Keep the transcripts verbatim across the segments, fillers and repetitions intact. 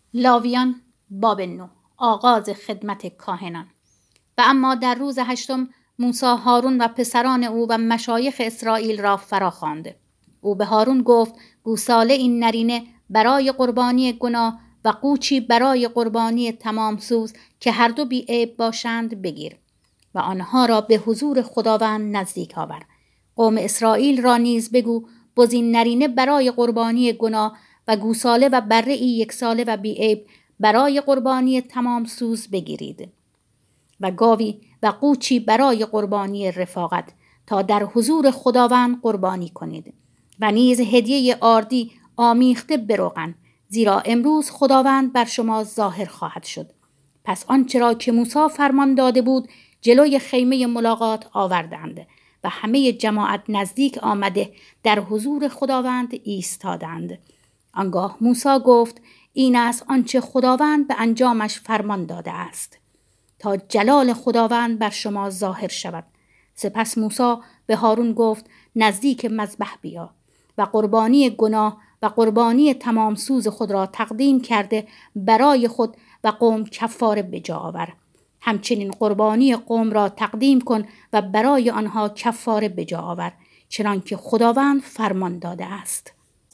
لاویان باب نو، آغاز خدمت کاهنان. و اما در روز هشتم موسی هارون و پسران او و مشایخ اسرائیل را فرا خواند. او به هارون گفت: گوساله این نرینه برای قربانی گناه و قوچی برای قربانی تمام سوز که هر دو بی عیب باشند بگیر و آنها را به حضور خداوند نزدیک آور. قوم اسرائیل را نیز بگو: بزین نرینه برای قربانی گناه و گوساله و بره ای یک ساله و بی عیب برای قربانی تمام سوز بگیرید و گاوی و قوچی برای قربانی رفاقت تا در حضور خداوند قربانی کنید و نیز هدیه آردی آمیخته به روغن، زیرا امروز خداوند بر شما ظاهر خواهد شد. پس آنچه را که موسی فرمان داده بود جلوی خیمه ملاقات آوردند و همه جماعت نزدیک آمده در حضور خداوند ایستادند. آنگاه موسی گفت: این است آنچه خداوند به انجامش فرمان داده است تا جلال خداوند بر شما ظاهر شود. سپس موسی به هارون گفت: نزدیک مذبح بیا و قربانی گناه و قربانی تمام سوز خود را تقدیم کرده برای خود و قوم کفاره به جا آور. همچنین قربانی قوم را تقدیم کن و برای آنها کفاره به جا آور، چنانکه خداوند فرمان داده است.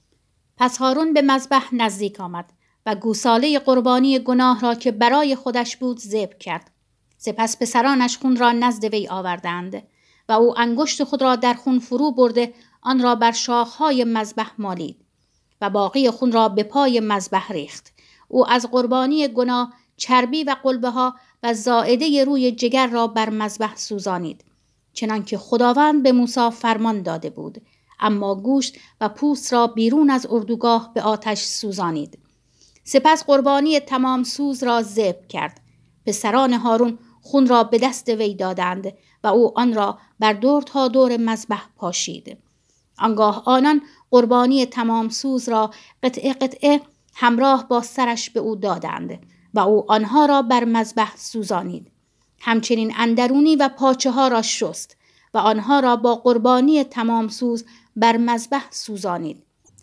پس هارون به مذبح نزدیک آمد و گوساله قربانی گناه را که برای خودش بود ذبح کرد. سپس پسرانش خون را نزد وی آوردند و او انگشت خود را در خون فرو برده آن را بر شاخهای مذبح مالید و باقی خون را به پای مذبح ریخت. او از قربانی گناه چربی و قلبه ها و زائده روی جگر را بر مذبح سوزانید، چنانکه خداوند به موسی فرمان داده بود، اما گوشت و پوست را بیرون از اردوگاه به آتش سوزانید. سپس قربانی تمام سوز را ذبح کرد. پسران هارون خون را به دست وی دادند و او آن را بر دور تا دور مذبح پاشید. آنگاه آنان قربانی تمام سوز را قطعه قطعه همراه با سرش به او دادند و او آنها را بر مذبح سوزانید. همچنین اندرونی و پاچه ها را شست و آنها را با قربانی تمام سوز بر مذبح سوزانید.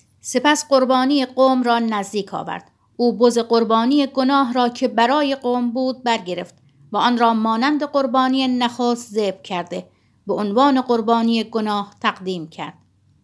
سپس قربانی قوم را نزدیک آورد. او بز قربانی گناه را که برای قوم بود برگرفت و آن را مانند قربانی نخست ذبح کرده به عنوان قربانی گناه تقدیم کرد.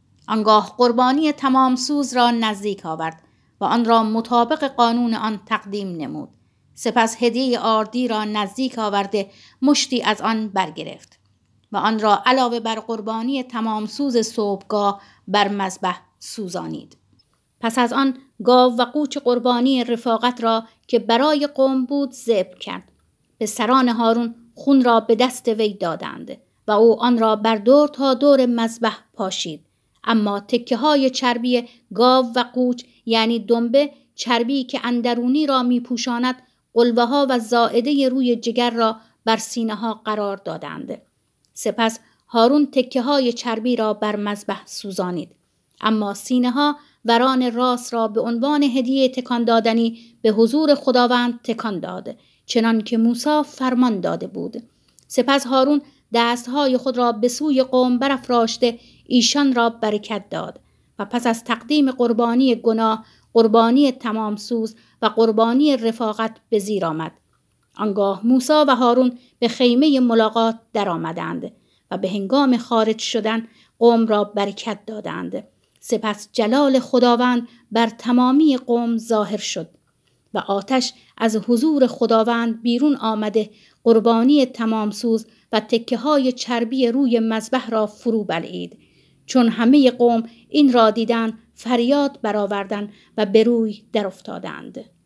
آنگاه قربانی تمام سوز را نزدیک آورد و آن را مطابق قانون آن تقدیم نمود. سپس هدیه آردی را نزدیک آورده مشتی از آن برگرفت و آن را علاوه بر قربانی تمام سوز صبحگاه بر مذبح سوزانید. پس از آن گاو و قوچ قربانی رفاقت را که برای قوم بود ذبح کرد. پسران هارون خون را به دست وی دادند و او آن را بر دور تا دور مذبح پاشید. اما تکه های چربی گاو و قوچ یعنی دنبه، چربی که اندرونی را می پوشاند، قلبه ها و زائده روی جگر را بر سینه ها قرار دادند. سپس هارون تکه های چربی را بر مذبح سوزانید، اما سینه ها وران راست را به عنوان هدیه تکان دادنی به حضور خداوند تکان داد، چنان که موسی فرمان داده بود. سپس هارون دستهای خود را به سوی قوم برافراشته ایشان را برکت داد و پس از تقدیم قربانی گناه، قربانی تمام سوز و قربانی رفاقت به زیر آمد. آنگاه موسی و هارون به خیمه ملاقات در آمدند و به هنگام خارج شدن قوم را برکت دادند. سپس جلال خداوند بر تمامی قوم ظاهر شد و آتش از حضور خداوند بیرون آمده قربانی تمام سوز و تکه های چربی روی مذبح را فرو بلعید. چون همه قوم این را دیدند فریاد برآوردند و به روی در افتادند.